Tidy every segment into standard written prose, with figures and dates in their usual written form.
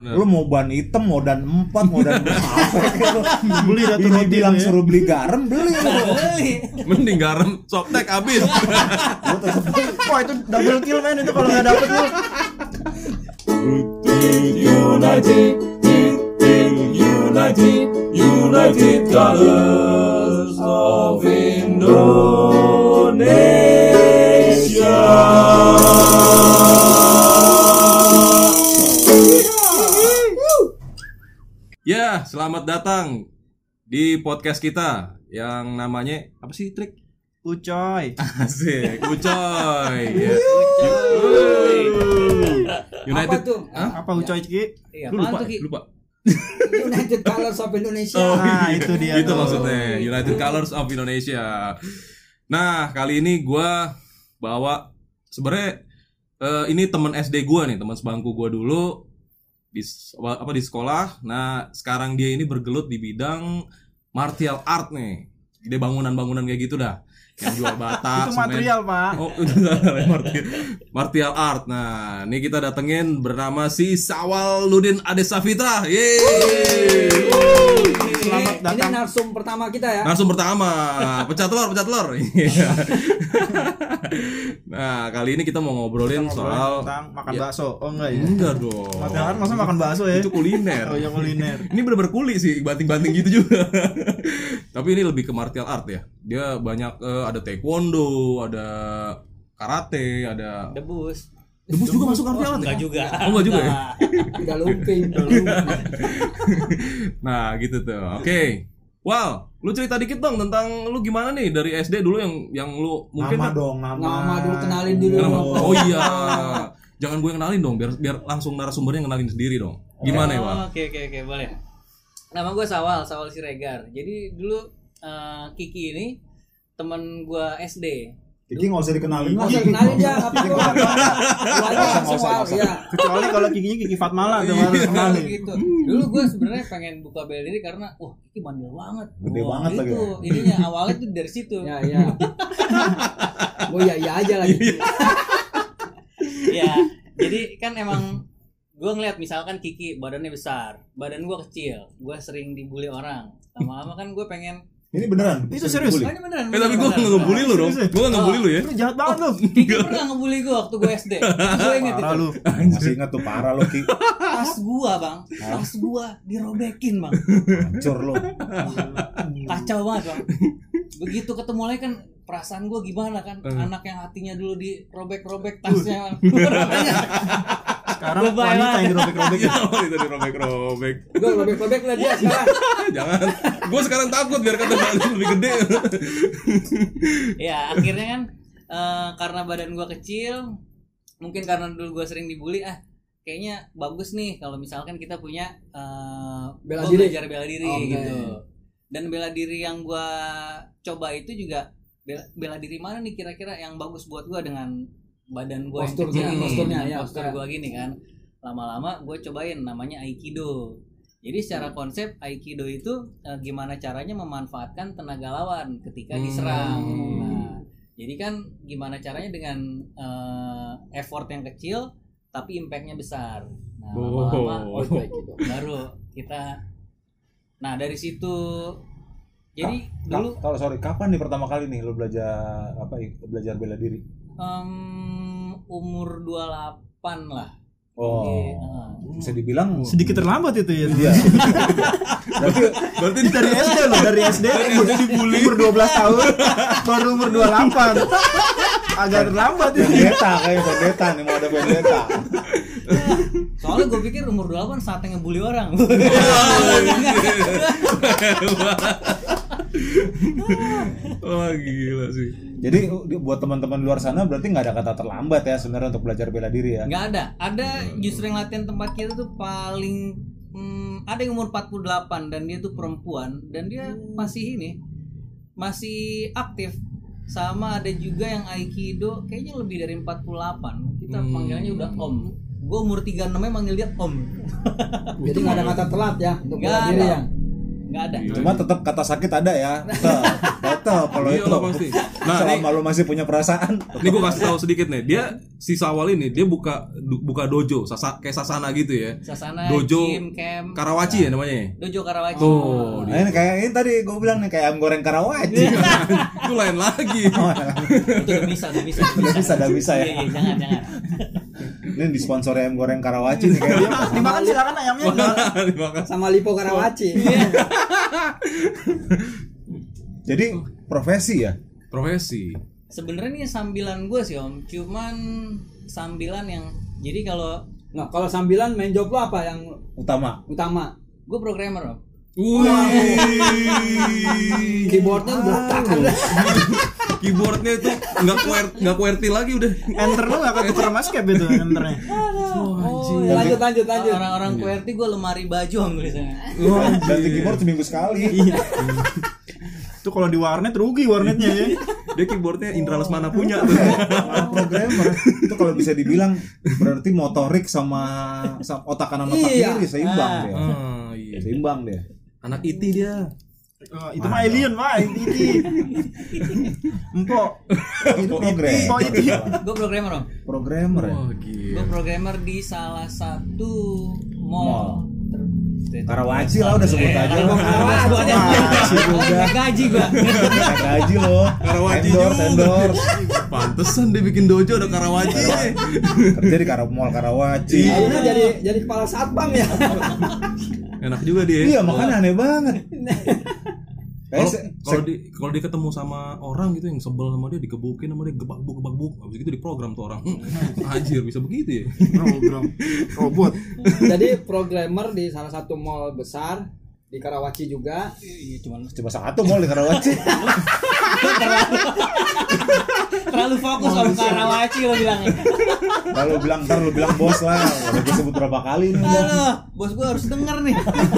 Lu mau ban hitam, mau dan 4, mau dan berapa beli dah tuh. Ini bilang ya. Suruh beli garam, beli. Mending garam softtek habis. Wah itu double kill men itu kalau nggak dapet lu. United Colors of Indonesia. Ya, selamat datang di podcast kita yang namanya apa sih, Trik? Ucoy. Asik, Ucoy. Ya. United Apa tuh? Apa Ucoy Ki? Iya, Lu lupa, apaan tuh, Ki? lupa. United Colors of Indonesia. Oh, Nah, itu dia Itu tuh. maksudnya United Colors of Indonesia. Nah, kali ini gua bawa sebenarnya ini teman SD gua nih, teman sebangku gua dulu di sekolah. Nah, sekarang dia ini bergelut di bidang martial art nih. Dia bangunan-bangunan kayak gitu dah. Yang jual bata, Itu material, Pak. Oh, martial art. Nah, ini kita datengin bernama si Sawaludin Adesafitra. Yeay. Selamat Ini datang. narsum pertama kita ya. Narsum pertama, pecah telur. Nah, kali ini kita mau ngobrolin soal tentang makan bakso. Oh enggak ya? enggak dong. Material kan masa makan bakso ya? Itu kuliner. Oh ya kuliner. Ini bener-bener kuli sih, banting-banting gitu juga. Tapi ini lebih ke martial art ya. Dia banyak ada taekwondo, ada karate, ada Debus. debus juga masuk martial art. Enggak Ya? juga. Oh, enggak juga ya? Udah lumping. Nah, gitu tuh. Oke. Wow, lu cerita dikit dong tentang lu gimana nih dari SD dulu yang lu mungkin Nama dong, nama. Nama dulu, kenalin dulu. Oh iya. Jangan gue yang kenalin dong, biar langsung narasumbernya kenalin sendiri dong. Gimana ya, Wal? Oke, boleh. Nama gue Sawal Siregar. Jadi dulu Kiki ini teman gue SD. Kiki nggak usah dikenalin Nggak lagi. usah kenalin dia, apa kok? Gua langsung Sawal, ya. Kecuali kalau giginya Kiki Fatmala tuh baru kenalin. Gitu. Dulu gue sebenarnya pengen buka bela diri karena Kiki bandel banget. Gede banget lagi Itu ya? ininya awalnya tuh dari situ. Ya. Gue ya aja lagi. Ya, jadi kan emang gue ngeliat misalkan Kiki badannya besar, badan gue kecil, gue sering dibully orang. Lama-lama kan gue pengen. Ini beneran? Itu serius? Dibully? Ini beneran. Tapi gue nggak ngebully lu dong. Gue nggak ngebully lu ya. Lu jahat banget lu. Kiki pernah ngebully gue waktu gue SD. Gue inget Parah itu. lu. Masih ingat tuh, parah lo, Ki. Tas gua bang, tas gua dirobekin bang. Hancur lo. Kacau banget bang. Begitu ketemu lagi kan perasaan gua gimana kan, anak yang hatinya dulu dirobek-robek tasnya. Sekarang Lebay wanita banget. yang dirobek-robek. Oh, itu dirobek-robek. Gua robek-robek lah dia sekarang. Jangan. Gue sekarang takut biar kata balik lebih gede. Ya akhirnya kan karena badan gua kecil, mungkin karena dulu gua sering dibully, kayaknya bagus nih kalau misalkan kita punya Bela diri. belajar bela diri gitu. Dan bela diri yang gua coba itu juga bela diri mana nih kira-kira yang bagus buat gua dengan badan gua Postur, yang kecil posturnya, ini, ya, postur gua gini kan. Lama-lama gua cobain namanya Aikido. Jadi secara konsep Aikido itu gimana caranya memanfaatkan tenaga lawan ketika diserang. Nah, jadi kan gimana caranya dengan effort yang kecil tapi impactnya besar. Nah, lama-lama baru kita. Nah dari situ. Jadi dulu. Sorry, kapan nih pertama kali nih lo belajar bela diri? Umur 28 lah. Oh, bisa dibilang Sedikit terlambat itu ya. Iya. Berarti Dari SD loh, dari SD udah dibully umur 12 tahun, baru umur 28. Agak terlambat itu. Vendetta kayak vendetta nih, mau ada vendetta. Soalnya gue pikir umur 28 saatnya ngebully orang. Wah, gila sih. Jadi buat teman-teman luar sana berarti nggak ada kata terlambat ya sebenarnya untuk belajar bela diri ya? Nggak ada. Ada justru yang latihan tempat kita tuh paling ada yang umur 48 dan dia tuh perempuan dan dia masih aktif. Sama ada juga yang Aikido kayaknya lebih dari 48. Kita panggilannya udah Om. Gue umur 36 manggil dia Om. Jadi nggak ada kata telat ya untuk bela diri ya. nggak ada. Cuma tetap kata sakit ada ya. Tetap kalau Iya itu. lah pasti. Nah, Selama lu masih punya perasaan. Ini gue kasih tahu sedikit nih. Dia si Sawal ini dia buka dojo, kayak Sasana gitu ya. Sasana, Dojo gym, camp, Karawaci ya namanya. dojo Karawaci. Tuh, Nah, ini kayak ini tadi gue bilang nih kayak ayam goreng Karawaci. itu lain lagi. Itu udah bisa ya. Iya, jangan. Ini disponsori ayam goreng Karawaci nih kayaknya. Dimakan silakan ayamnya. Dimakan. Sama Lipo Karawaci. Jadi profesi ya. Profesi. Sebenarnya ini sambilan gue sih Om, cuman sambilan yang jadi kalau Nah, kalau sambilan main job lo apa yang Utama. utama? gue programmer Om. Wih. Keyboardnya berantakan. Keyboardnya itu nggak QWERTY lagi udah. Enter lu enggak ketuker escape itu enternya. Oh, ya, lanjut. Orang-orang QWERTY gue lemari baju Om tulisannya. Ganti keyboard seminggu sekali. Itu kalau di warnet rugi warnetnya ya. Dia keyboardnya Indra Lesmana punya tuh. Programmer itu kalau bisa dibilang berarti motorik sama otak kanan otak Iya. kiri seimbang dia. Ah, iya. Seimbang dia. Anak IT dia. Itu mah alien, Pak. Itu. Empok. Itu program. Empok itu. Gue programmer Om. Programmer ya. Wah, Gue gila. programmer di salah satu mall. Karawaci lah udah sebut aja. Karawaci juga. Gaji gue. Gaji loh. Karawaci endorse. Pantesan dia bikin dojo ada Karawaci. Kerja di Mall Karawaci. Akhirnya jadi kepala satpam ya. Enak juga dia. Iya, makanya aneh banget. Kalau dia ketemu sama orang gitu yang sebel sama dia, dikebukin sama dia, gebak-gebak, habis itu diprogram tuh orang. Anjir, bisa begitu ya? Program robot. Jadi programmer di salah satu mall besar di Karawaci juga. Cuma satu mall di Karawaci. Terlalu fokus sama Karawaci lo bilangnya. Kalau ntar lu bilang bos lah. Udah gue sebut berapa kali nih udah. Halo, bos gue harus denger nih.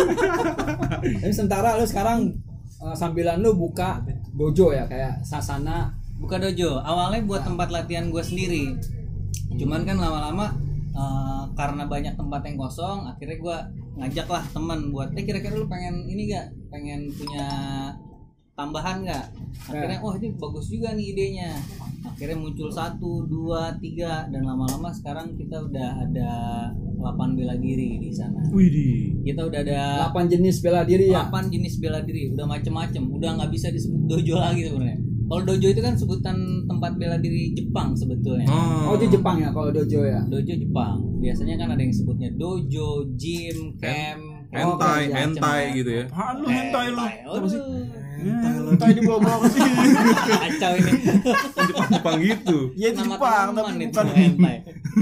Jadi sementara lu sekarang sambilan lu buka dojo ya kayak Sasana. Buka dojo. Awalnya buat tempat latihan gue sendiri. Cuman kan lama-lama karena banyak tempat yang kosong, akhirnya gue ngajak lah teman buat kira-kira lu pengen ini gak? Pengen punya tambahan nggak? Akhirnya ini bagus juga nih idenya. Akhirnya muncul 1, 2, 3 dan lama-lama sekarang kita udah ada 8 bela diri di sana. Widih. Kita udah ada 8 jenis bela diri ya. 8 jenis bela diri, udah macem-macem, udah nggak bisa disebut dojo lagi sebenarnya. Kalau dojo itu kan sebutan tempat bela diri Jepang sebetulnya. Oh, di Jepang ya kalau dojo ya. Dojo Jepang. Biasanya kan ada yang sebutnya dojo, gym, camp, hentai gitu ya. Apaan lu hentai lu? Apa sih? Hentai dibawa ke sini. Kacau ini. Jepang gitu. Ya itu Nama Jepang teman tapi itu bukan hentai.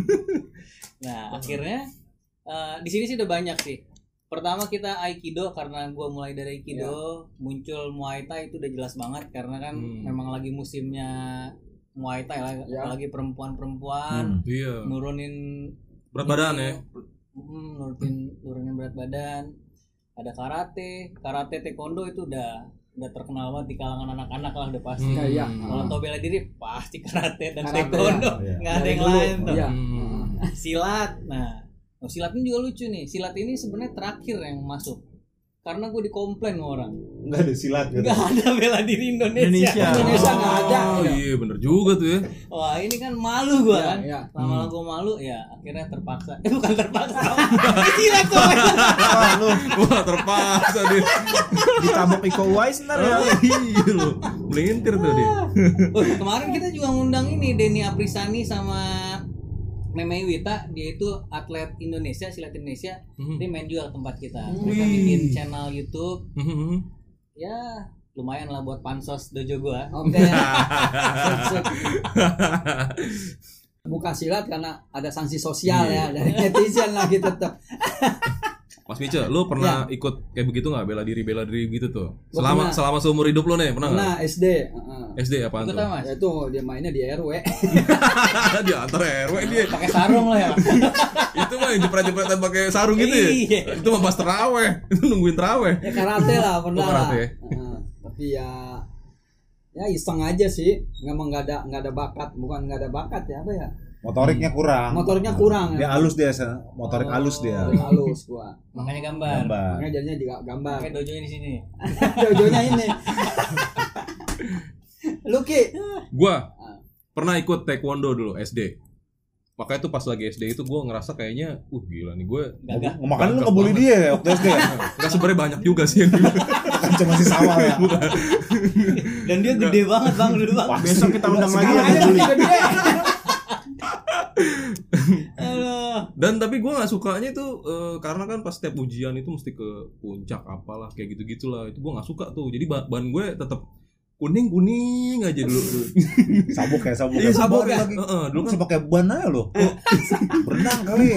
Nah, akhirnya di sini sih udah banyak sih. Pertama kita Aikido, karena gue mulai dari Aikido, muncul Muay Thai itu udah jelas banget karena kan memang lagi musimnya Muay Thai lah, apalagi perempuan-perempuan Iya. nurunin Berat badan ya. nurunin berat badan. Ada karate, taekwondo itu udah terkenal banget di kalangan anak-anak lah udah pasti. Iya. Kalau tau bela diri pasti karate dan Karate, taekwondo, ya. nggak ada Dari yang dulu. lain tuh. Iya. Silat, silat ini juga lucu nih. Silat ini sebenarnya terakhir yang masuk karena gue dikomplain sama orang. Enggak ada silat gitu. Nggak ada bela diri Indonesia. Indonesia nggak ada. Oh iya bener juga tuh ya. Wah ini kan malu gue kan. Iya. Lama-lama gue malu ya akhirnya terpaksa. Bukan terpaksa. Silat tuh. Wah lu Wah terpaksa dia. ditabok Iko Uwais ntar ya. Iya loh. Melintir tuh dia. Kemarin kita juga ngundang ini Denny Aprisani sama Meme Wita, dia itu atlet Indonesia, silat Indonesia. Dia main juga ke tempat kita. Mereka bikin channel YouTube. Ya, lumayan lah buat pansos dojo gua. Oke. Sip. Buka silat karena ada sanksi sosial ya dari netizen lagi tetap. Mas Mice, lu pernah ikut kayak begitu nggak bela diri gitu tuh? Selama seumur hidup lu nih pernah nggak? Nah, SD. SD apaan Ikut tuh? apa, Mas? Ya itu dia mainnya di RW. Di antara RW dia. Pakai sarung lah ya. Itu mah yang jepret-jepretan pakai sarung gitu ya. Iya. Itu mah pas terawih. Itu nungguin terawih. Ya karate lah pernah lah. Karate. Tapi ya iseng aja sih. Nggak ada bakat, bukan nggak ada bakat ya apa ya? Motoriknya kurang. Motoriknya kurang. Dia halus dia, motorik halus dia. Halus gua. Makanya gambar. Makanya jadinya juga gambar. Makanya dojonya di sini. Dojonya ini. Luki. Gua pernah ikut taekwondo dulu SD. Makanya tuh pas lagi SD itu gue ngerasa kayaknya, gila nih gue. Gagah. Makanya lu ngebully dia ya waktu SD. Enggak, sebenarnya banyak juga sih yang dulu. Kan cuma si sawah ya. Dan dia gede banget bang dulu bang. Besok kita undang lagi Sekarang yang bully. gede. Dan tapi gue nggak sukanya itu karena kan pas setiap ujian itu mesti ke puncak apalah kayak gitu gitulah, itu gue nggak suka tuh. Jadi ban gue tetap kuning aja dulu. Sabuk ya. Iya, sabuk ya. Dulu kan pakai ban aja loh. Berenang kali.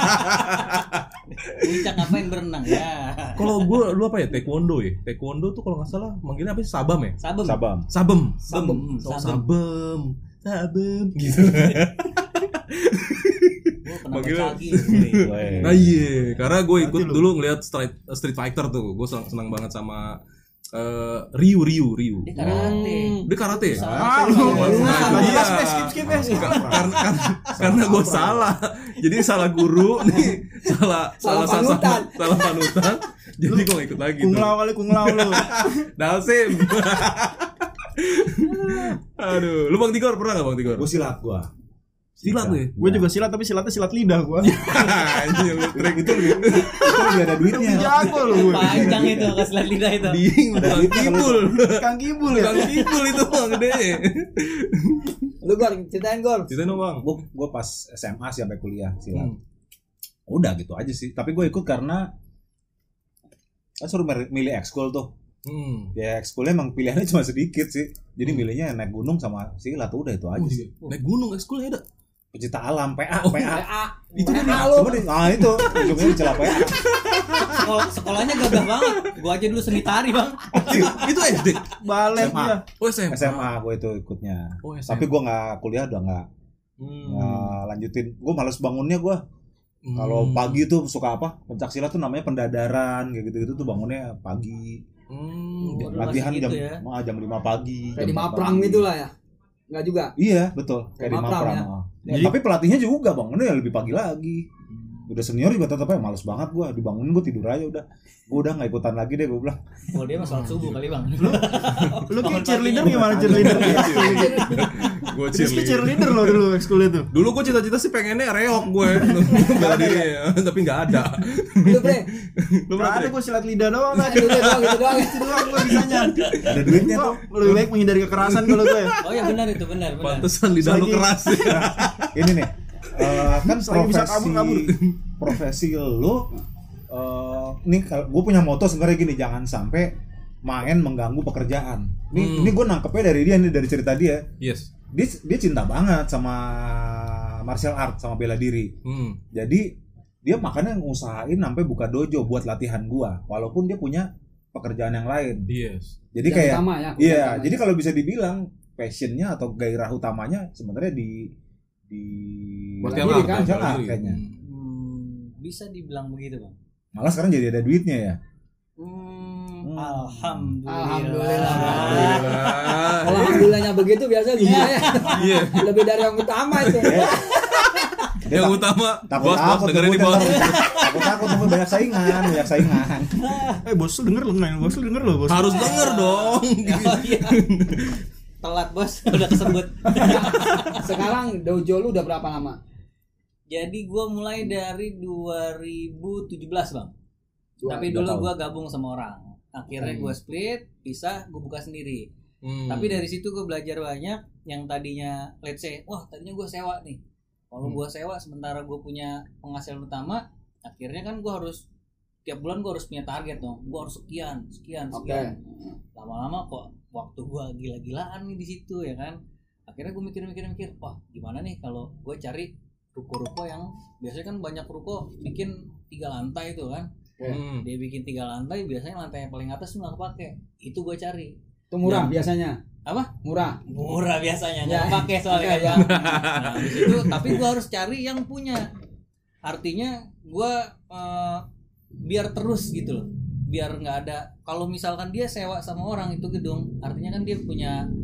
Puncak ngapain berenang ya? Kalau gue lu apa ya, taekwondo ya. Taekwondo tuh kalau nggak salah manggilnya apa sih, sabam ya? Sabem. Sabem gitu. Gue pernah Manggilnya- lagi. Nah iya, karena gue ikut dulu ngeliat Street Fighter tuh. Gue senang banget sama Ryu. Dia karate. Dia karate ya? Iya. Skip ya. Karena gue salah. Jadi salah guru nih, salah panutan. salah panutan. Jadi gue gak ikut lagi. Kung lao lu. Dalsim. Aduh, lu Bang Tigor pernah gak Bang Tigor? Gue silat gue. Silat tuh ya? Gue juga silat tapi silatnya silat lidah gue. Anjing, lu trik Itu lebih ada duitnya. Jago lu gue. Panjang itu kasih lidah itu. Ding, Bang Kibul. Kang Kibul ya. Bang Kibul itu Bang gede. Lu Gor, ceritain Gor. Ceritain dong Bang. Gue pas SMA sih sampai kuliah silat. Udah gitu aja sih. Tapi gue ikut karena kan suruh milih ekskul tuh. Ya ekskulnya emang pilihannya cuma sedikit sih. Jadi milihnya naik gunung sama silat, udah itu aja sih. Naik gunung ekskulnya ada. Pecinta alam, PA. Itu dia Nah, itu ujungnya dicela PA. Sekolahnya gagah banget. Gua aja dulu seni tari bang. Itu SD. Balet SMA. ya. Oh SMA. SMA gue itu ikutnya. Oh, SMA. Tapi gue nggak kuliah udah nggak lanjutin. Gue males bangunnya gue. Kalau pagi tuh suka apa? Pencak silat tuh namanya pendadaran kayak gitu-gitu tuh bangunnya pagi. Latihan masih jam gitu ya. jam 5 pagi. Kayak di jam 4 Maprang pagi. gitu lah ya. Enggak juga. Iya betul kayak di Maprang, Maprang. ya. Ya, tapi pelatihnya juga bangunnya lebih pagi lagi. Udah senior juga tetap aja males banget gue dibangunin, gue tidur aja udah. Gue udah nggak ikutan lagi deh, gue bilang. Kalau dia mah sholat subuh kali bang. Lu kayak cheerleader gimana cheerleader? Gue Rizky cheerleader lo dulu ekskul itu. Dulu gue cita-cita sih pengennya reok gue. Bela diri ya, tapi nggak ada. Lu Bre. Lu Gak ada gue silat lidah doang. Gitu doang, gitu doang. Itu doang gue bisanya. Ada duitnya tuh. Lebih baik menghindari kekerasan kalau gue. Oh ya benar itu benar. Pantesan lidah lu Lagi- keras ya. Ini nih kan Selagi bisa kabur. profesi lo nih gue punya moto sebenarnya gini, jangan sampai main mengganggu pekerjaan. Ini gue nangkepnya dari dia nih, dari cerita dia. Yes. Dia cinta banget sama martial art, sama bela diri. Jadi dia makanya ngusahain sampai buka dojo buat latihan gua, walaupun dia punya pekerjaan yang lain. Yes. Jadi Yang kayak utama ya, iya, utama. jadi kalau bisa dibilang passionnya atau gairah utamanya sebenarnya di Martial Bela diri art, kan? martial bela art diri. kayaknya. Bisa dibilang begitu bang. Malah sekarang jadi ada duitnya ya. Alhamdulillah. Kalau alhamdulillahnya begitu biasa gimana ya? Iya. Lebih dari yang utama itu. Yang utama, bos dengerin nih takut bos. takut tapi banyak saingan. Bos lu denger lo, bos lu denger lo, bos. Harus denger dong. Oh iya. Telat bos, udah kesebut. Sekarang dojo lu udah berapa lama? Jadi gue mulai dari 2017 bang. Tapi dulu gue gabung sama orang. Akhirnya gue split, pisah, gue buka sendiri. Tapi dari situ gue belajar banyak. Yang tadinya, let's say, wah tadinya gue sewa nih. Kalau gue sewa sementara gue punya penghasilan utama, akhirnya kan gue harus tiap bulan gue harus punya target dong. Gue harus sekian. Lama-lama kok waktu gue gila-gilaan nih di situ ya kan. Akhirnya gue mikir, wah gimana nih kalau gue cari ruko-ruko yang biasanya kan banyak ruko bikin 3 lantai itu kan. Dia bikin 3 lantai, biasanya lantai yang paling atas tuh nggak kepake. Itu gue cari. Itu murah biasanya. Apa? Murah Biasanya Ya. nggak pakai soalnya Oke, kan. Nah, di situ tapi gue harus cari yang punya. Artinya gue biar terus gitu loh. Biar nggak ada, kalau misalkan dia sewa sama orang itu gedung, artinya kan dia punya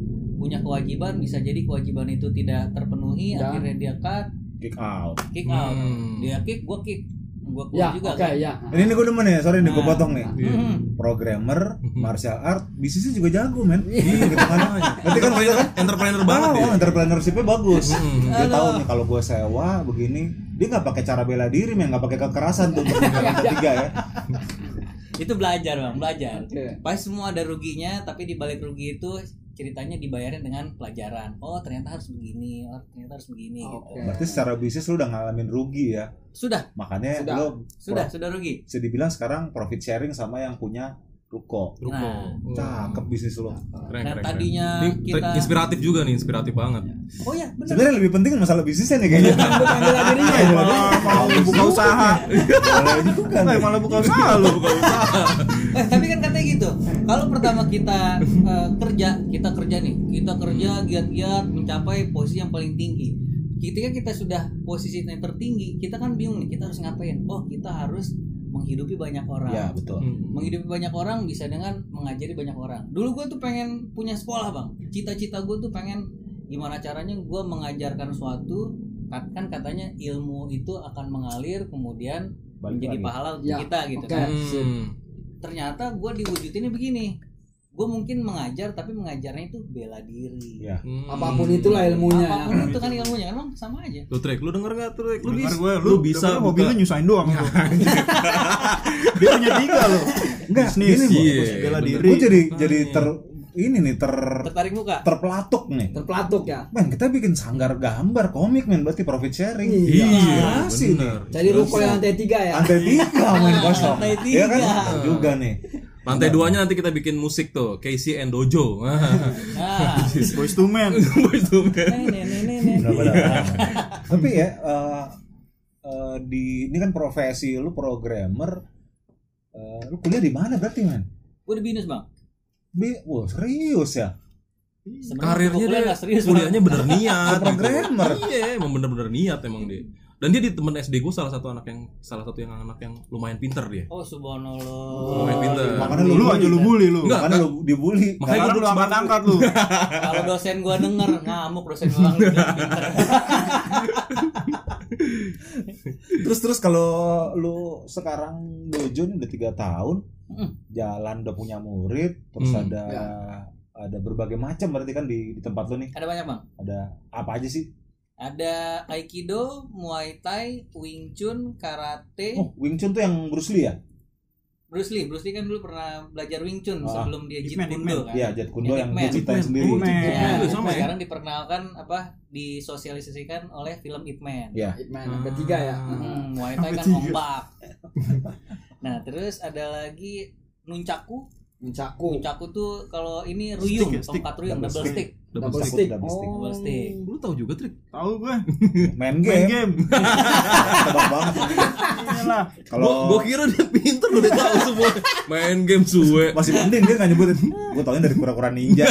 punya kewajiban, bisa jadi kewajiban itu tidak terpenuhi, Dan akhirnya dia Kick out. kick out. Dia kick, gua keluar Ya, juga. oke kan. ya. Ini gue demen ya, sorry nih gue Nah. potong nih. Programmer, martial art, bisnisnya juga jago men. Iya gitu kan. Nanti kan mereka kan Entrepreneur banget ya. entrepreneurshipnya bagus. Dia tahu nih kalau gue sewa begini, dia nggak pakai cara bela diri men, nggak pakai kekerasan tuh untuk lantai 3 ya. Itu belajar bang, belajar. Oke. Pas semua ada ruginya, tapi di balik rugi itu ceritanya dibayarin dengan pelajaran. Oh ternyata harus begini, oh ternyata harus begini gitu. Oke. Berarti secara bisnis lu udah ngalamin rugi ya. Sudah, Makanya Sudah. lu sudah rugi. bisa dibilang sekarang profit sharing sama yang punya ruko. Nah, Cakep bisnis lu. Keren, Nah, keren, tadinya keren. Ini kita- inspiratif juga nih, inspiratif banget. oh ya benar. Sebenarnya lebih penting masalah bisnisnya nih kayaknya. Bukan bela dirinya. Mau buka usaha. Boleh juga nih. Malah buka usaha lu. Tapi kan katanya gitu. Kalau pertama kita kita kerja nih, kita kerja giat-giat mencapai posisi yang paling tinggi. Ketika kita sudah posisi yang tertinggi, kita kan bingung nih, kita harus ngapain? Oh, kita harus menghidupi banyak orang. Ya betul. Menghidupi banyak orang bisa dengan mengajari banyak orang. Dulu gue tuh pengen punya sekolah bang. Cita-cita gue tuh pengen gimana caranya gue mengajarkan suatu, kan katanya ilmu itu akan mengalir kemudian Balik menjadi lagi. pahala untuk Ya, kita gitu oke. kan. Hmm. Ternyata gue diwujudinnya begini. Gue mungkin mengajar tapi mengajarnya itu bela diri. Ya. Apapun itulah ilmunya. Apapun itu kan ilmunya kan bang sama aja. Tuh Trek, lu denger gak Trek? Lu Dengar bisa, gue, lu bisa dengar mobil lu buka. nyusahin doang lu. Dia punya 3 lo. Enggak, Bisnis, gini, Bang. Iya, bela bener. diri. Gue jadi ini nih Tertarik muka. terpelatuk nih. Terpelatuk ya. Men, kita bikin sanggar gambar komik men, berarti profit sharing. Iya, sih bener. Jadi ruko yang lantai 3 ya. Lantai 3 main kosong. Lantai Iya kan? 3. Juga nih. Lantai 2-nya nanti kita bikin musik tuh, Casey and Dojo. Nah, Boys to men. Boys to Men. Benar-benar. Tapi ya ini kan profesi lu programmer, lu kuliah di mana berarti man? gue di binus bang. Wah serius ya? Sebenarnya Karirnya gua kuliah dia, nggak serius, kuliahnya bener niat. Programmer. Iya, emang bener-bener niat emang dia. Dan dia di temen SD gue salah satu anak yang lumayan pinter dia. Oh subhanallah. Lumayan pinter. Makanya Lu aja lu bully lu. Enggak. Makanya lu dibully. Makanya Sekarang gua lu angkat-angkat lu. Kalau dosen gue denger ngamuk dosen gue bilang pinter. Terus kalau lu sekarang dojo nih udah 3 tahun, jalan udah punya murid, terus ada berbagai macam berarti kan di tempat lu nih. Ada banyak bang. Ada apa aja sih? Ada Aikido, Muay Thai, Wing Chun, Karate. Oh, Wing Chun tuh yang Bruce Lee ya? Bruce Lee kan dulu pernah belajar Wing Chun Ah. sebelum dia Jeet Ip Man, Kune kan. Iya, Jet Kundo Ip yang Man. dia ciptain sendiri. Ip Man. Ya, Itu sama ya? sekarang diperkenalkan disosialisasikan oleh film Ip Man. Iya. Main lantai 3 ya. Muay Thai kan Sampai 3. ombak. Nah, terus ada lagi Nunchaku. Mencakup. Nunchaku tuh kalau ini ruyung, Stick ya, stick. tongkat ruyung, Double double stick. stick. Double Double stick. stick. Double stick. Lu tahu juga Trik? Tahu gue. Main Main game. game. Tebak banget. Iyalah. Kalau Gua kira dia pinter udah tahu semua. Main game suwe. masih penting dia nggak nyebutin. Gue taunya dari kura-kura ninja.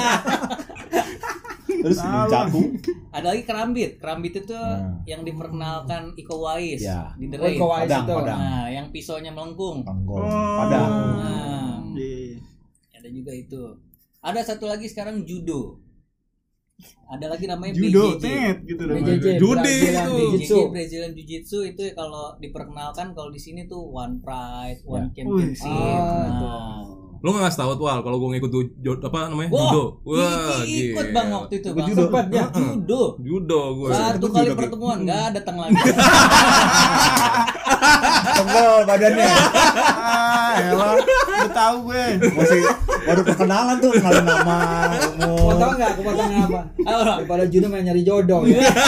Terus Nunchaku. Ada lagi kerambit. Kerambit itu Nah. yang diperkenalkan Iko Uwais Ya. di The Oh, Raid. Iko Uwais Padang, itu. Padang. Nah, yang pisaunya melengkung. Panggol. Oh. Padang. Nah, Iya. ada juga itu. Ada satu lagi sekarang judo. Ada lagi namanya Judo, BJJ. tet gitu namanya. BJJ. Judi Brazilian itu. Jiu-Jitsu. Brazilian Jiu-Jitsu itu kalau diperkenalkan kalau di sini tuh One Pride, Ya. One Championship. Ah, Lu enggak ngasih tahu tuh Al kalau gua ngikut apa namanya? Wah, Judo. Iki ikut gila. bang waktu itu bang. Judo. Sempat ya. Judo. Judo gua. Satu Ikut kali judo, pertemuan nggak datang lagi. Tebel badannya. Elah, udah tahu gue. Masih baru perkenalan tuh kenalin nama, Mau umur. tahu nggak kepotangan apa? Ayo, Bang. Daripada judo main nyari jodoh.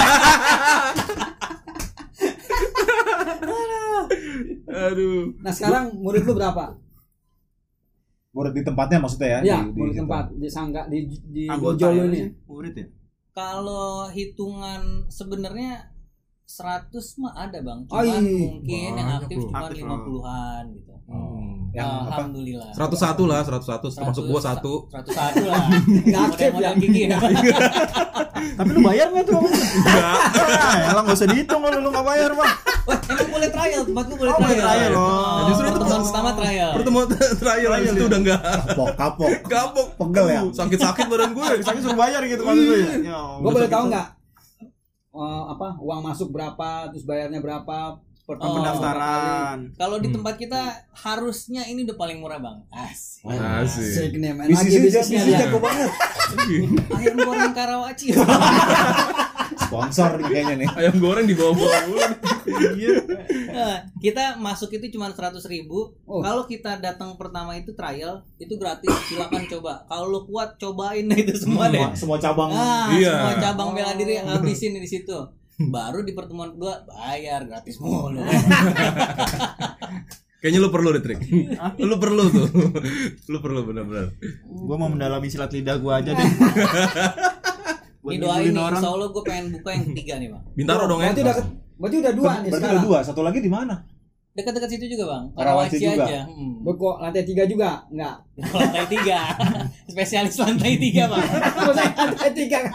Aduh. Nah sekarang murid lu berapa? Murid di tempatnya maksudnya ya? Ya, di murid situ. tempat di sangga di Anggota dojo lu ya, nih. murid ya. Kalau hitungan sebenarnya 100 mah ada bang. Oh, Cuman iya. mungkin yang Banyak aktif loh. cuma Aktif, 50-an gitu. Yang apa? Alhamdulillah. 101 lah, 101 termasuk gua 1. 101 lah. Nggak aktif ya. Model gigi ya. Tapi lu bayar nggak tuh? Enggak. Elah nggak usah dihitung kalau lu nggak bayar mah. Wah, emang boleh trial, tempat gua boleh Oh, boleh trial. trial, oh. Oh, Justru itu pertemuan pertama trial. Pertemuan trial habis itu udah enggak. Kapok. Pegel ya? Sakit-sakit badan gue. Sakit suruh bayar gitu maksud lu ya. Ya, Gue boleh tahu nggak uang masuk berapa, terus bayarnya berapa per pendaftaran. Kalau di tempat kita harusnya ini udah paling murah bang. Asik. Asik nih, main lagi Bisnisnya bisnisnya jago banget. Ayam goreng Karawaci. Sponsor nih kayaknya nih. Ayam goreng dibawa-bawa dulu. Nah, kita masuk itu cuma 100.000. Oh. Kalau kita datang pertama itu trial, itu gratis. Silakan coba. Kalau lu kuat cobain itu semua deh. Semua cabang. Iya. Semua cabang bela diri habisin di situ. Baru di pertemuan kedua bayar gratis mulu. Kayaknya lu perlu deh trik. Lu perlu tuh. Lu perlu benar-benar. Gua mau mendalami silat lidah gua aja deh. Ini doain nih, insya Allah gue pengen buka yang 3 nih bang. Bintaro dong ya. Berarti udah 2 nih Berarti sekarang. udah 2. Satu lagi di mana? Dekat-dekat situ juga bang. Karawaci juga. aja. Kok lantai 3 juga? Enggak. Lantai 3. Spesialis lantai 3 bang. Lantai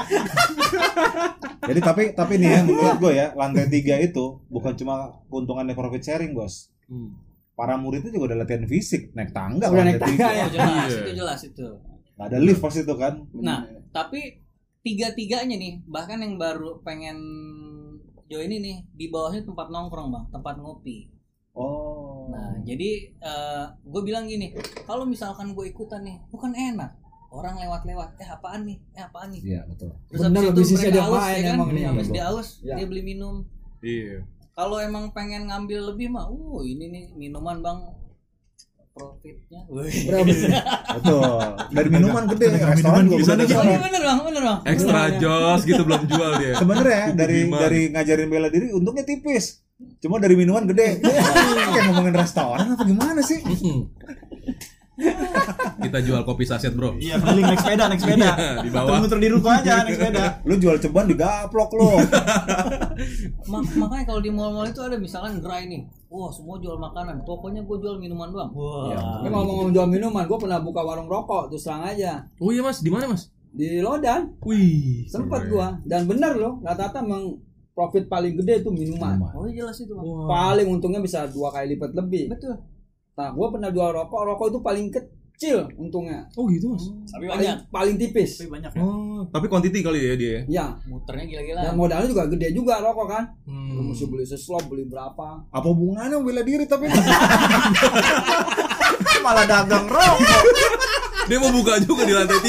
3. Jadi tapi nih ya menurut gue ya lantai 3 itu bukan cuma keuntungannya profit sharing bos. Para muridnya juga udah latihan fisik naik tangga. Udah lantai naik tangga 3. ya. Oh, jelas, itu jelas itu. Gak ada lift pas itu kan. Nah, tapi 3-3-nya nih, bahkan yang baru pengen join ini nih, di bawahnya tempat nongkrong bang, tempat ngopi. Oh. Nah, jadi gue bilang gini, kalau misalkan gue ikutan nih, bukan enak. Orang lewat-lewat, apaan nih? Iya betul. Terus Bener, habis itu bisnisnya mereka dia haus, main ya kan? emang nih. Habis dia haus, Ya. dia beli minum. Iya. Kalau emang pengen ngambil lebih mah, ini nih minuman bang, profitnya. Betul. Dari minuman gede, restoran juga Bisa udah nih, Oh ada. iya bener bang. Extra jos gitu belum jual dia. Sebenarnya dari ngajarin bela diri untungnya tipis. Cuma dari minuman gede. Kayak ngomongin restoran apa gimana sih? Kita jual kopi saset bro. Iya, keliling naik sepeda. Iya, di bawah. Muter di ruko aja naik sepeda. Lu jual ceban digaplok lo. Makanya kalau di mall-mall itu ada misalkan gerai nih, wah semua jual makanan, pokoknya gue jual minuman doang. Wah. Ini ngomong jual minuman, gue pernah buka warung rokok, terus terang aja Oh iya mas, di mana mas? di Lodan. Wih. Sempet gua, dan bener loh, rata-rata emang profit paling gede itu minuman. Oh iya jelas itu bang. Paling untungnya bisa 2 kali lipat lebih. Betul. Nah, gua pernah jual rokok itu paling kecil untungnya. Oh gitu mas. Tapi banyak. Paling tipis. Tapi banyak ya. Oh, tapi quantity kali ya dia. Ya, Muternya gila-gila. dan modalnya juga gede juga rokok kan. Lu Hmm. mesti beli seslop, beli berapa. Apa hubungannya bela diri tapi Malah dagang rokok. Dia mau buka juga di lantai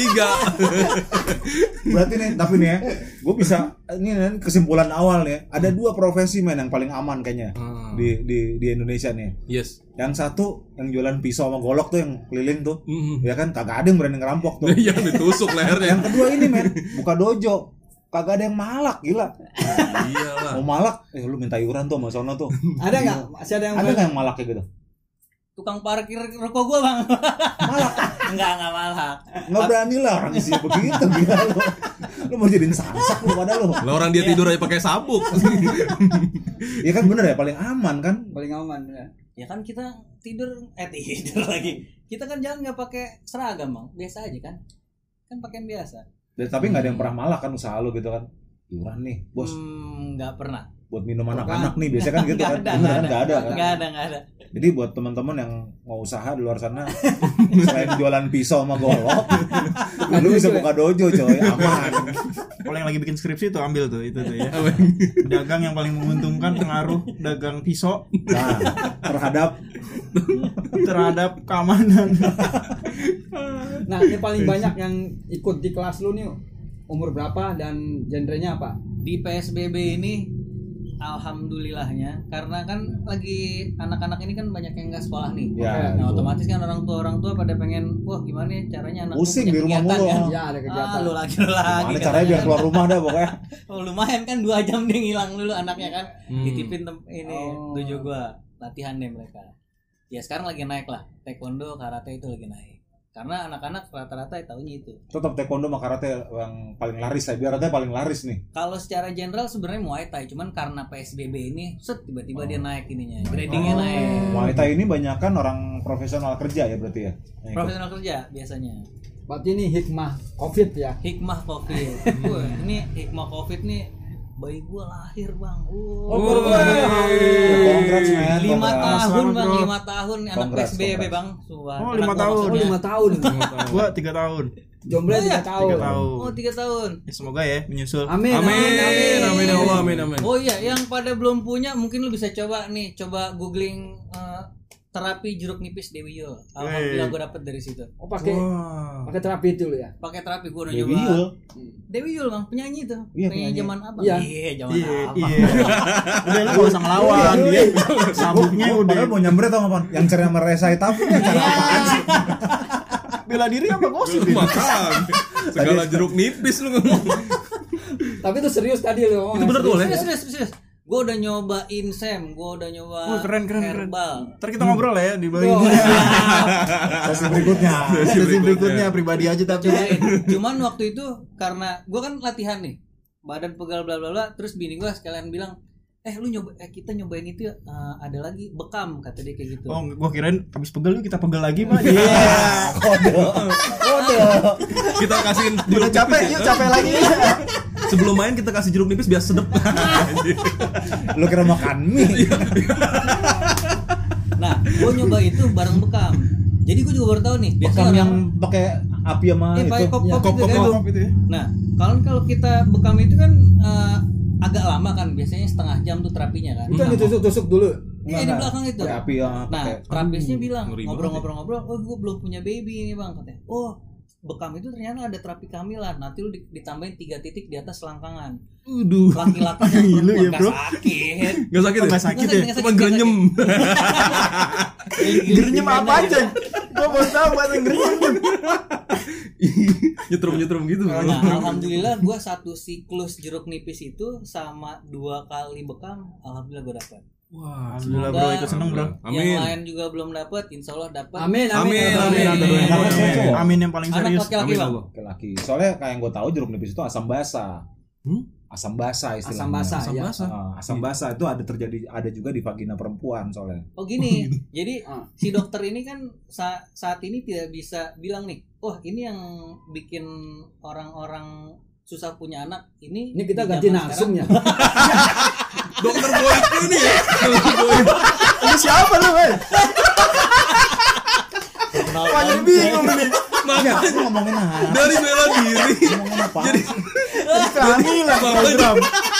3. berarti nih tapi nih ya, gue bisa ini nih, kesimpulan awal nih. Ada 2 profesi men yang paling aman kayaknya di Indonesia nih. Yes. Yang satu yang jualan pisau sama golok tuh yang keliling tuh. Mhm. Ya kan kagak ada yang berani ngerampok tuh. Iya ditusuk lehernya. Yang kedua ini men, buka dojo. Kagak ada yang malak, gila. Iyalah. Mau malak, lu minta iuran tuh sama sono tuh. Ada nggak? Masih ada yang Ada nggak yang malak kayak gitu? Tukang parkir rokok gua bang. Malak. Enggak malak. Nggak berani lah orang isinya begitu, gila lu. Lu mau jadiin samsak lu pada lu. Lah orang dia tidur aja pakai sabuk. Iya kan bener ya, paling aman kan? paling aman ya. Ya kan kita tidur lagi. Kita kan jalan nggak pakai seragam bang, biasa aja kan? Kan pakaian biasa. Tapi nggak ada yang pernah malak kan usaha lu gitu kan? Iuran nih, bos. Nggak pernah. Buat minum anak-anak nih, biasanya kan gitu kan? Nggak Nggak ada kan? Nggak ada. Jadi buat teman-teman yang mau usaha di luar sana, selain jualan pisau sama golok, lu bisa buka dojo coy, aman. Kalau yang lagi bikin skripsi tuh ambil tuh itu tuh ya. Dagang yang paling menguntungkan pengaruh dagang pisau Nah, terhadap keamanan. Nah, ini paling banyak yang ikut di kelas lu nih umur berapa dan genrenya apa? Di PSBB ini alhamdulillahnya karena kan lagi anak-anak ini kan banyak yang nggak sekolah nih. Ya, Nah, gitu. otomatis kan orang tua pada pengen wah gimana ya caranya anak Pusing di rumah mulu. kan? Ya, ada kegiatan. Lu lagi Gimana caranya biar keluar rumah dah pokoknya. Oh, lumayan kan 2 jam dia ngilang dulu anaknya kan. Hmm. Ditipin ini Oh. dojo gua latihan deh mereka. Ya sekarang lagi naik lah. Taekwondo, karate itu lagi naik. Karena anak-anak rata-rata taunya itu. Tetap taekwondo sama karate yang paling laris, saya biar paling laris nih. Kalau secara general sebenarnya Muay Thai, cuman karena PSBB ini tiba-tiba dia naik ininya, gradingnya naik. Muay Thai ini banyak kan orang profesional kerja ya berarti ya. Yang ikut. Profesional kerja biasanya. Berarti ini hikmah Covid ya. Hikmah Covid. Wah, ini hikmah Covid nih bayi gua lahir bang. Congrats men. 5 tahun bang, Bro. 5 tahun anak Congrats, PSBB congrats. bang. Oh, 5 tahun. Oh 5 tahun. Gua 3 tahun. Jomblo 3 tahun. 3 tahun. Oh 3 tahun. Ya, semoga ya menyusul. Amin. Amin ya Allah, amin. Oh iya, yang pada belum punya mungkin lu bisa coba nih, coba googling terapi jeruk nipis Dewi Yul. Alhamdulillah gue dapet dari situ. Oh pakai Wah. pakai terapi itu lu ya. Pakai terapi gue udah Dewi nyoba. Yul. Dewi Yul bang, penyanyi itu. Iya, penyanyi penyanyi. zaman apa? Iya. Zaman Iya, apa? iya. Udah lu gak usah ngelawan dia. Sabuknya udah Padahal mau nyamber tau ngapain? Yang ceria sama Reza Hitafi cara apaan sih? bela diri apa gosip ini? Makan. Segala jeruk nipis lu ngomong. Tapi itu serius tadi lu ngomong. Itu bener tuh, Le. Serius. Gue udah nyobain Sam, gue udah nyoba Keren. herbal. Ntar kita ngobrol lah ya di bawah Oh, ini. Sesi berikutnya. Sesi berikutnya pribadi aja tapi. Cobain. Cuman waktu itu karena gue kan latihan nih, badan pegal bla bla bla. Terus bini gue sekalian bilang, kita nyobain itu ya, ada lagi bekam kata dia kayak gitu. Oh, gua kirain habis pegel yuk kita pegel lagi, Pak. Kode. Kita kasihin Udah jeruk capek, nipis. yuk capek lagi. Sebelum main kita kasih jeruk nipis biar sedep. Lu kira makan mie? Nah, gue nyoba itu bareng bekam. Jadi gue juga baru tahu nih. Bekam orang- yang pakai api sama pakai itu. kop Ya, itu kan. Kop itu ya. Nah, kalau kita bekam itu kan agak lama kan, biasanya setengah jam tuh terapinya kan. Itu yang ditusuk-tusuk dulu. Iya di belakang itu. Pakai api yang Nah, pakai. terapisnya bilang ngeri ngobrol-ngobrol, oh gue belum punya baby ini bang katanya. Oh bekam itu ternyata ada terapi kehamilan. Nanti lu ditambahin 3 titik di atas selangkangan. Waduh. Laki-laki yang Gila ya, perempuan bro. gak sakit. Enggak sakit ya? Nggak sakit ya? Cuma grenyem. Grenyem apa aja? Gua baru tahu bahasa grenyem. Nyetrum gitu. Nah, alhamdulillah gue 1 siklus jeruk nipis itu sama 2 kali bekam, alhamdulillah gue dapat. Wah, Alhamdulillah bro, ikut seneng bro. Yang Amin. lain juga belum dapat, insya Allah dapat. Amin. Amin yang paling Anak serius. laki-laki Amin bang. Allah. Laki-laki. Soalnya kayak yang gue tahu jeruk nipis itu asam basa. Asam basa istilahnya. Asam basa. Asam ya. basah. Asam basa itu ada juga di vagina perempuan soalnya. Oh gini, jadi Ah. si dokter ini kan saat ini tidak bisa bilang nih, oh ini yang bikin orang-orang susah punya anak ini. Ini kita di ganti zaman narsum ya. Dokter Boyke ini ya. Dokter Boyke. Ini siapa lu, weh? sekarang. Wah, jadi bingung nih. Ya, aku ngomongin apa? Dari bela diri Ngomongin apa? jadi Kehamilan program.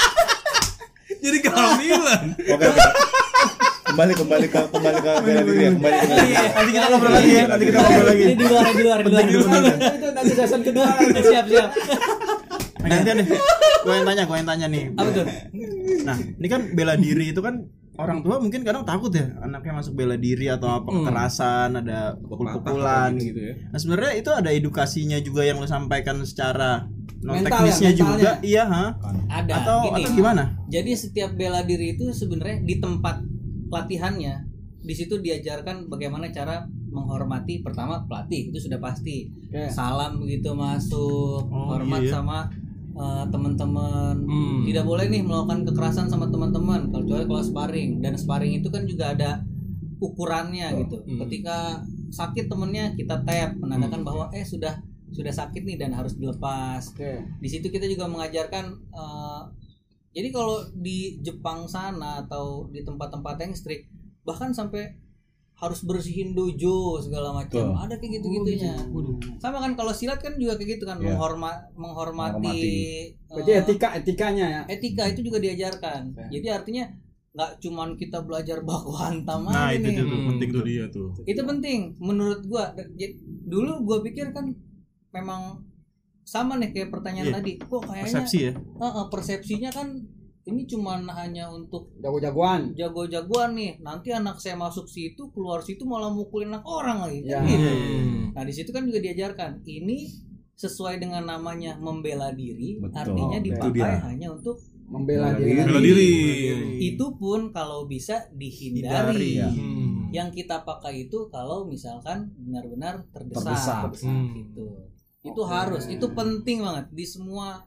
jadi kehamilan. Oke. Kembali ke bela diri ya, kembali ke bela diri. Nanti kita ngobrol lagi ya. Nanti kita ngobrol lagi. Ini di luar. Itu nanti season kedua. Siap. Nah, nanti deh. Gue yang tanya nih. Apa tuh? Nah, ini kan bela diri itu kan orang tua mungkin kadang takut ya anaknya masuk bela diri atau apa kekerasan, ada pukul-pukulan gitu. ya. Nah, sebenarnya itu ada edukasinya juga yang lu sampaikan secara non Mental teknisnya ya, juga. mentalnya. Iya, ha? Ada. Atau Gini. gimana? Jadi setiap bela diri itu sebenarnya di tempat latihannya, di situ diajarkan bagaimana cara menghormati pertama pelatih itu sudah pasti. Oke. Salam begitu masuk, Oh, hormat iya. sama teman-teman. Tidak boleh nih melakukan kekerasan sama teman-teman kecuali kalau sparring, dan sparring itu kan juga ada ukurannya gitu. Ketika sakit temennya kita tap menandakan bahwa sudah sakit nih dan harus dilepas. Oke. Di situ kita juga mengajarkan jadi kalau di Jepang sana atau di tempat-tempat yang strict bahkan sampai harus bersihin dojo segala macam. Betul. Ada kayak gitu-gitunya. Sama kan kalau silat kan juga kayak gitu kan, Iya. menghormati Berarti etikanya ya. etika itu juga diajarkan. Jadi artinya nggak cuman kita belajar baku hantam Nah, aja itu nih. tuh penting tuh. dia tuh. Itu penting menurut gua. Dulu gua pikir kan memang sama nih kayak pertanyaan Iya. tadi. Kok kayaknya Persepsi ya. persepsinya kan ini cuman hanya untuk Jago-jagoan. jago-jagoan nih. Nanti anak saya masuk situ, keluar situ malah mukulin anak orang lagi. Ya. Gitu. Iya. Nah, di situ kan juga diajarkan ini sesuai dengan namanya membela diri, Betul. artinya Itu dipakai dia. hanya untuk Membela Bela diri. Bela diri. itu pun kalau bisa Hindari, dihindari. ya. Yang kita pakai itu kalau misalkan benar-benar Terdesak. terdesak. Gitu. Itu harus, itu penting banget di semua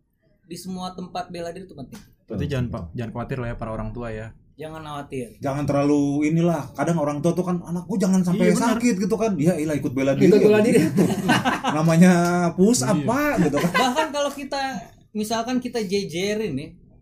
tempat bela diri itu penting. Berarti jangan khawatir lah ya para orang tua ya. Jangan khawatir. Jangan terlalu inilah. Kadang orang tua tuh kan anakku jangan sampai Iya, benar. sakit gitu kan. Dia ikut bela diri. Ikut bela diri. Namanya push up Pak gitu kan. Bahkan kalau kita misalkan kita jejerin nih,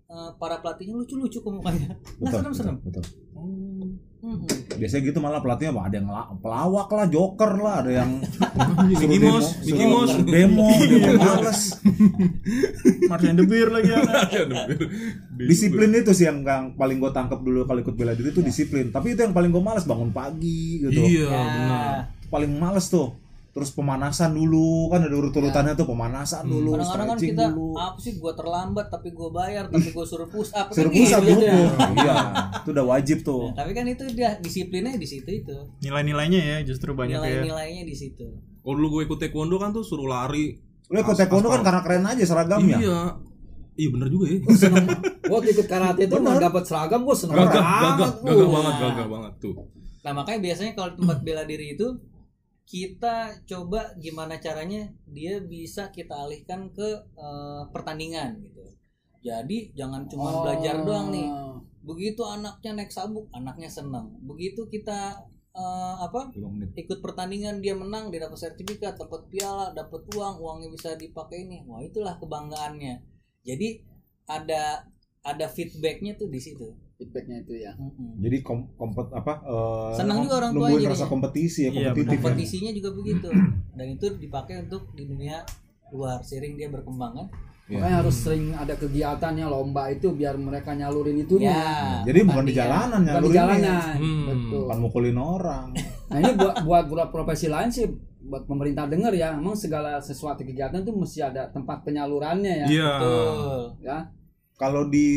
para pelatihnya lucu-lucu ke mukanya. Nggak serem-serem. Betul. Biasanya gitu malah pelatihnya ada yang pelawak lah, joker lah, ada yang Mickey Mouse demo males. Martian De Beer lagi ya. Disiplin itu sih yang paling gue tangkap dulu kalau ikut bela diri itu disiplin. Tapi itu yang paling gue males, bangun pagi gitu. Iya, Ya. benar. Paling males tuh. Terus pemanasan dulu, kan ada urut-urutannya tuh, pemanasan dulu, Kadang-kadang kan stretching kita dulu. apa sih gua terlambat tapi gua bayar tapi gua suruh push up Suruh kan pusat gitu. dulu. Iya, itu udah wajib tuh. Tapi kan itu dia disiplinnya di situ itu. Nilai-nilainya ya justru banyak ya. Nilai-nilainya di situ. Oh dulu gue ikut taekwondo kan tuh suruh lari. Lu ikut taekwondo kan karena keren aja seragamnya. Iya bener juga ya. Seneng. Gua ikut karate itu mau dapat seragam gua seneng Gagah banget tuh. Nah, makanya biasanya kalau tempat bela diri itu kita coba gimana caranya dia bisa kita alihkan ke pertandingan gitu. Jadi jangan cuma belajar doang nih. Begitu anaknya naik sabuk, anaknya senang. Begitu kita ikut pertandingan dia menang, dia dapat sertifikat, dapat piala, dapat uangnya bisa dipakai ini. Wah, itulah kebanggaannya. Jadi ada feedbacknya tuh di situ. Feedbacknya itu ya. Jadi Senang juga orang numbuhin tuanya rasa jadinya. kompetisi ya, Iya, kompetitif. Kompetisinya juga begitu. Dan itu dipakai untuk di dunia luar, sering dia berkembang kan. Makanya harus sering ada kegiatannya lomba itu biar mereka nyalurin itunya. Ya, Jadi bukan di pertandingan. jalanan Bukan di nyalurinnya. jalanan. Betul. Bukan mukulin orang. Nah ini buat profesi lain sih, buat pemerintah denger ya, emang segala sesuatu kegiatan itu mesti ada tempat penyalurannya ya. Iya. Betul. Ya. Kalau di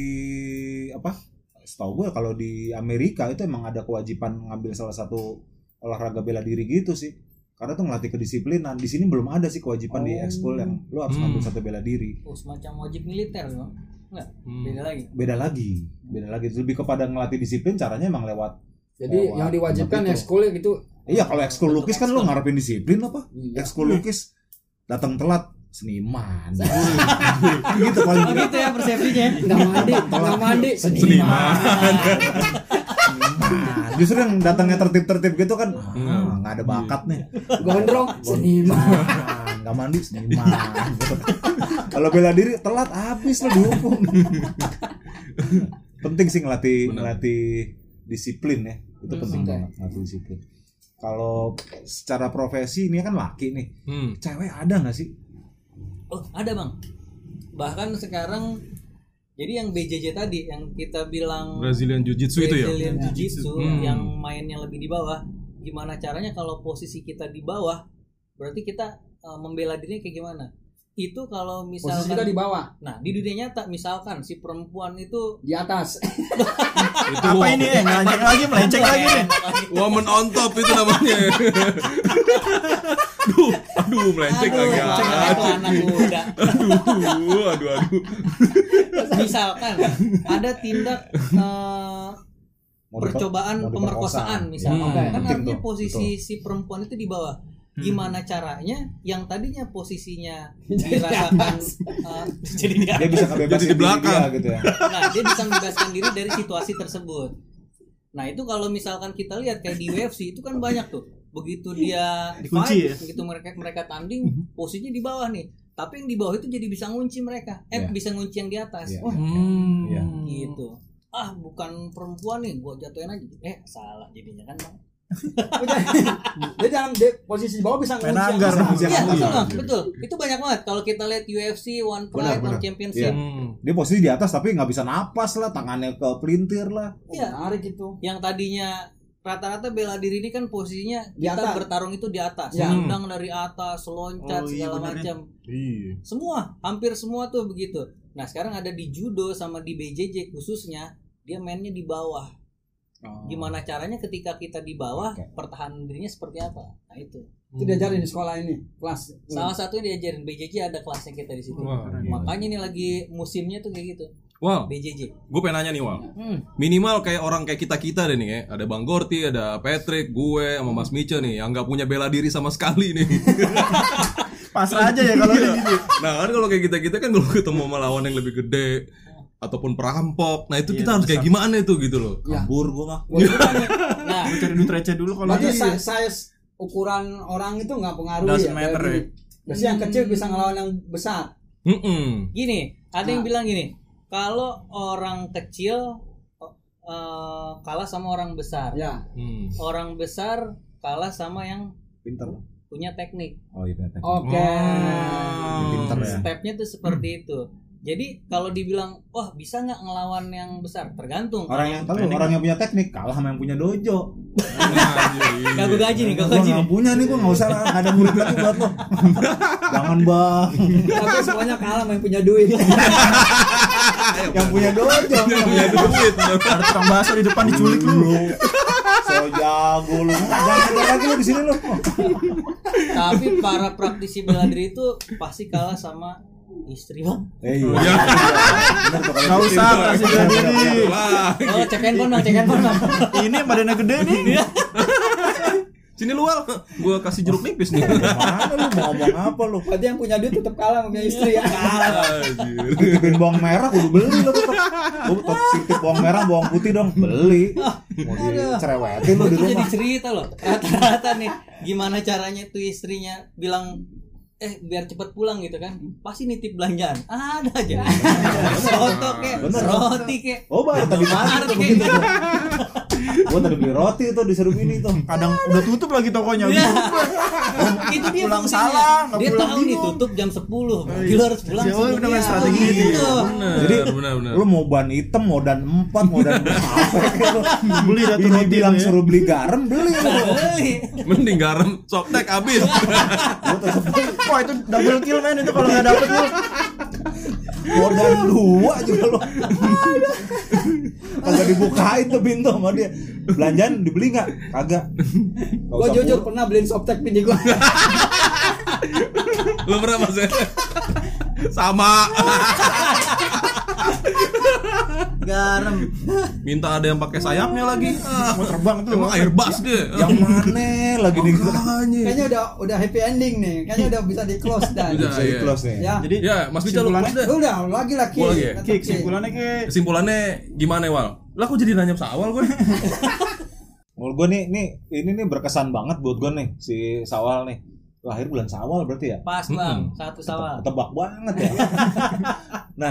setahu gue kalau di Amerika itu emang ada kewajiban ngambil salah satu olahraga bela diri gitu sih. Karena tuh ngelatih kedisiplinan. Di sini belum ada sih kewajiban di ekskul yang lu harus ngambil satu bela diri. Semacam wajib militer loh. Enggak, beda lagi. Beda lagi. Lebih kepada ngelatih disiplin, caranya emang lewat. Jadi yang diwajibkan itu. ekskul gitu. Iya, kalau ekskul lukis kan lu ngarepin disiplin apa? Iya. Ekskul lukis datang telat seniman. Gitu paling Oh gitu ya persepsinya. Nggak mandi, Seniman. Justru yang datangnya tertib-tertib gitu kan nggak ada bakat nih. gondrong, seniman. Nggak mandi seniman. Kalau bela diri telat habis lo dihukum. Penting sih ngelatih disiplin ya. Itu penting banget ngelatih disiplin. Kalau secara profesi ini kan laki nih. Cewek ada nggak sih? Oh, ada Bang. Bahkan sekarang jadi yang BJJ tadi yang kita bilang Brazilian Jiu-Jitsu itu ya. Brazilian Jiu-Jitsu yang mainnya lebih di bawah. Gimana caranya kalau posisi kita di bawah? Berarti kita membela dirinya kayak gimana? Itu kalau misalkan Posisi kita di bawah, Nah, di dunia nyata misalkan si perempuan itu di atas. Itu Apa ini melenceng lagi nih. woman on top itu namanya. Aduh melenceng lagi. anak muda. Aduh. Misalkan ada tindak percobaan mau pemerkosaan diperkosa. misalnya. Oke. Kan Penting artinya tuh, posisi si perempuan itu di bawah. Gimana caranya yang tadinya posisinya dirasakan jadi di Dia bisa kebebasan Jadi di belakang. dia gitu ya. Nah, dia bisa membebaskan diri dari situasi tersebut. Nah, itu kalau misalkan kita lihat kayak di UFC itu kan banyak tuh. Begitu dia Dikunci fight, ya? begitu mereka tanding, posisinya di bawah nih. Tapi yang di bawah itu jadi bisa ngunci mereka. Iya. Bisa ngunci yang di atas. Iya. Wah, Iya. gitu. Ah, bukan perempuan nih, gua jatuhin aja. Salah jadinya kan, Bang. Dia jangan posisi di bawah bisa Main ngunci anggar, yang ngunci besar. yang Iya, Iya. betul. Itu banyak banget kalau kita lihat UFC, One Pride, Benar. One Championship. Dia posisi di atas tapi nggak bisa napas lah, tangannya ke pelintir lah. Iya. Menarik itu. Yang tadinya rata-rata bela diri ini kan posisinya Di kita atas. bertarung itu di atas, Ya. nendang dari atas, loncat Oh, iya, segala bener ya. macam. Iya. Hampir semua tuh begitu. Nah, sekarang ada di judo sama di BJJ khususnya, dia mainnya di bawah. Gimana caranya ketika kita di bawah, pertahanan dirinya seperti apa? Nah, itu. Itu diajarin di sekolah ini, kelas. Salah satunya diajarin BJJ, ada kelasnya kita di situ. Wah, Makanya ini lagi musimnya tuh kayak gitu. Wow, BJJ. gue pengen nanya nih Wal. Minimal kayak orang kayak kita deh nih ya. Ada Bang Gorti, ada Patrick, gue sama Mas Mice nih yang nggak punya bela diri sama sekali nih. Pasrah aja ya kalau kayak gitu. Nah kan kalau kayak kita kan kalau ketemu sama lawan yang lebih gede ataupun perampok, nah itu kita harus kayak gimana itu gitu loh. Ya. Kabur gua mah. Nah, Gue cari duit receh dulu kalau Berarti gitu. size ukuran orang itu nggak pengaruh Doesn't ya. matter, ya. Biasanya yang kecil bisa ngelawan yang besar. gini, ada yang bilang gini. kalau orang kecil kalah sama orang besar. Ya. Orang besar kalah sama yang Pinter. punya teknik. Oh iya teknik. Oke. Pinter ya. Stepnya tuh seperti itu. Jadi kalau dibilang, wah bisa nggak ngelawan yang besar? Tergantung. Orang yang punya teknik kalah sama yang punya dojo. Gak gue gaji nih, Gua nggak punya nih, gua nggak usah lah, nggak ada murid lagi buat lo. Jangan bang. Tapi semuanya kalah sama yang punya duit. Yang punya dojo. Punya duit. Ada tukang bakso di depan diculik lu. So jago lu. Jangan ada lagi lu di sini lu. Tapi para praktisi bela diri itu pasti kalah sama istri bang. Iya. Nggak usah kasih bela diri. Oh cek handphone bang. Ini badannya gede nih. Sini lu Wal, gua kasih jeruk nipis nih. Mana lu mau ngomong apa lu? Berarti yang punya duit tetap kalah sama punya istri ya. Anjir. Titipin bawang merah kudu beli lu tetep. Lu titip bawang merah, bawang putih dong, beli. Mau dicerewetin lu di Itu jadi rumah. cerita loh. Rata-rata nih, gimana caranya tuh istrinya bilang biar cepet pulang gitu kan, pasti nitip belanjaan ada aja. Soto kek, Bener. roti kek. Oh, baru tadi pagi tuh begitu tuh. Gua tadi beli roti tuh disuruh ini tuh. Kadang udah tutup lagi tokonya. Ya. Itu dia Pulang fungsinya. salah, nggak Dia pulang tahu nih bingung. tutup jam 10. Gila harus pulang Siapa sebelum udah main dia. strategi Oh, gitu ya? Jadi Benar. lu mau ban hitam, mau dan 4, mau dan apa kayak lu. Beli dah tuh Bini roti bilang lu ya. suruh beli garam, beli lu. Beli. Mending garam softtek habis. Gua tetep Wah itu double kill men itu kalau nggak dapet lu. mau dan 2 juga lu. Kagak dibukain tuh pintu sama dia. Belanjaan dibeli enggak? Kagak. Nggak Gua usah jujur pur. pernah beliin softtek bini gua. Lu pernah Mas? Sama. Garam. Minta ada yang pakai sayapnya lagi. Mau terbang tuh. Emang airbus dia. Yang mana lagi nih? Kayaknya udah happy ending nih. Kayaknya udah bisa di close dah. Udah. Bisa di close nih. Ya. Jadi Ya, Mas Bica lu kesimpulannya- deh. Udah lagi lagi. Gua lagi ya? Ki, kesimpulannya Ki. Kesimpulannya gimana Wal? Lah kok jadi nanya Sawal gue? Menurut gue ini berkesan banget buat gue nih si Sawal nih. Lahir bulan Sawal berarti ya? Pas bang, satu sawal. Tebak banget ya. Nah,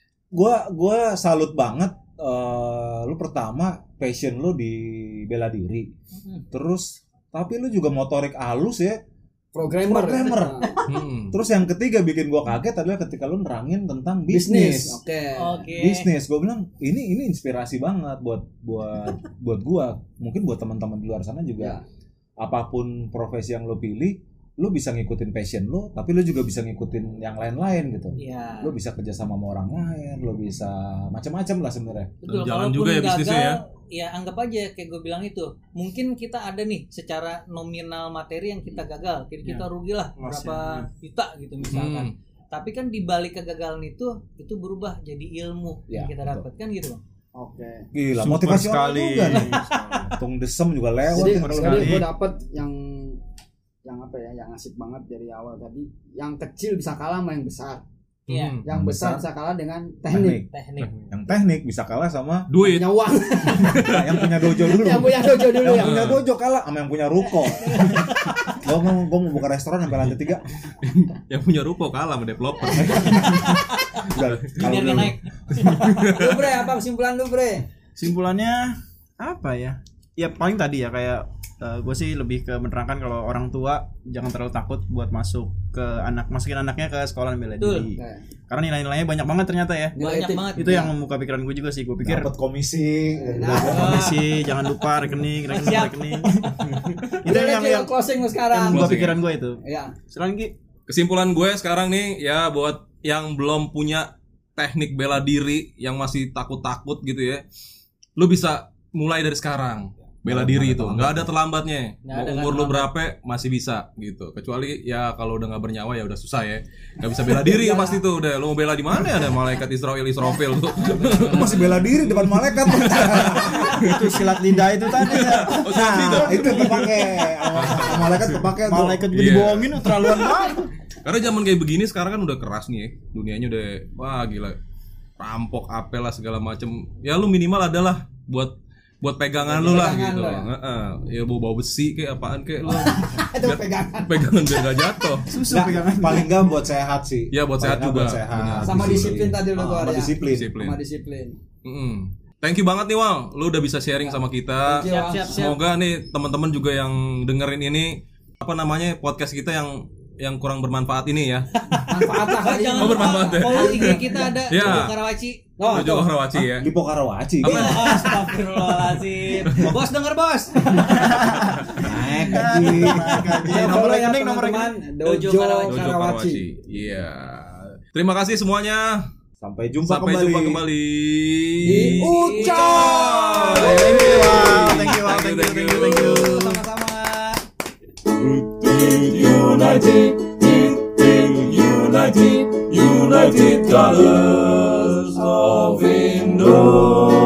gua salut banget. Lu pertama passion lu di bela diri. Terus tapi lu juga motorik halus ya. Programmer. Terus yang ketiga bikin gua kaget adalah ketika lu nerangin tentang bisnis. Oke. Oke. Bisnis, gua bilang ini inspirasi banget buat gua. Mungkin buat teman-teman di luar sana juga. Ya. Apapun profesi yang lo pilih, lo bisa ngikutin passion lo, tapi lo juga bisa ngikutin yang lain-lain gitu. Iya. Lo bisa kerja sama orang lain, lo bisa macam-macam lah sebenarnya. Betul. Jalan Kalaupun juga ya bisnisnya ya. ya anggap aja kayak gue bilang itu. Mungkin kita ada nih secara nominal materi yang kita gagal, jadi kita rugi lah Loss berapa juta gitu misalkan. Tapi kan di balik kegagalan itu berubah jadi ilmu Ya, yang kita betul. dapatkan gitu bang. Oke. Gila, Super motivasi sekali. juga nih. Tung desem juga lewat. Jadi nih, Super padahal. tadi sekali. gue dapet yang apa ya, yang asik banget dari awal tadi. Yang kecil bisa kalah sama yang besar. Iya. Yang besar bisa kalah dengan teknik. Teknik. Yang teknik bisa kalah sama Duit. Punya uang. yang punya dojo dulu. Yang punya dojo dulu Yang ya. punya dojo kalah sama yang punya ruko. Gue mau buka restoran sampai lantai 3. Yang punya ruko kalah sama developer. Udah, kalau Biar dulu- naik. Lu Bre, apa kesimpulan lu Bre? Simpulannya apa ya? Ya paling tadi ya kayak gue sih lebih ke menerangkan kalau orang tua jangan terlalu takut buat masukin anaknya ke sekolah bela diri. Karena nilai-nilainya banyak banget ternyata ya. Banyak banget. Itu yang membuka pikiran gue juga sih. Gue pikir dapat komisi. komisi, jangan lupa rekening. Siap. Itu yang closing lu sekarang. membuka Closing pikiran gue itu. Ya. Silakan Ki. Kesimpulan gue sekarang nih ya buat yang belum punya teknik bela diri, yang masih takut-takut gitu ya. Lu bisa mulai dari sekarang. Bela diri itu nggak ada terlambatnya. Nggak Mau ada umur lu berapa masih bisa gitu. Kecuali ya kalau udah nggak bernyawa ya udah susah ya. Nggak bisa bela diri ya pasti tuh udah. Lu mau bela di mana ya? Ada malaikat Israfil tuh. Lu masih bela diri depan malaikat. Itu silat lidah itu tadi ya. Oh, siap itu. Nah, itu kepake. Sama malaikat kepake tuh. Malaikat gue Iya. dibohongin terlaluan banget. Karena zaman kayak begini sekarang kan udah keras nih ya. Dunianya udah wah gila. Rampok, apel lah segala macem. Ya lu minimal adalah buat buat pegangan lu lah Pegangan gitu. lo ya? Ya bawa besi kayak apaan kayak lu. Itu pegangan. Pegangan biar gak jatuh. Susah pegangan. Paling enggak buat sehat sih. Ya buat sehat Paling juga. nggak buat sehat. Benar. Sama disiplin tadi udah gua Sama ya. disiplin. Sama disiplin. Thank you banget nih Wal, lu udah bisa sharing sama kita. Thank you, Wal. Siap. Semoga nih teman-teman juga yang dengerin ini podcast kita yang kurang bermanfaat ini ya. Manfaat lah kali ini. Oh, bermanfaat ya. Follow IG kita ada Ya. Jojo Karawaci. Oh, Jojo tuh. Karawaci ya. Lipo Karawaci. Astagfirullahaladzim. Bos denger bos. Naik gaji. Ya, Nomor follow ya, rekening, nomor teman-teman. Dojo Dojo Karawaci. Jojo Karawaci. Karawaci. Iya. Terima kasih semuanya. Sampai jumpa Sampai kembali. jumpa kembali. Di Ucoy. Thank you, Wal. Thank you, Wal. Thank you. Sama-sama. United Colors of Indonesia.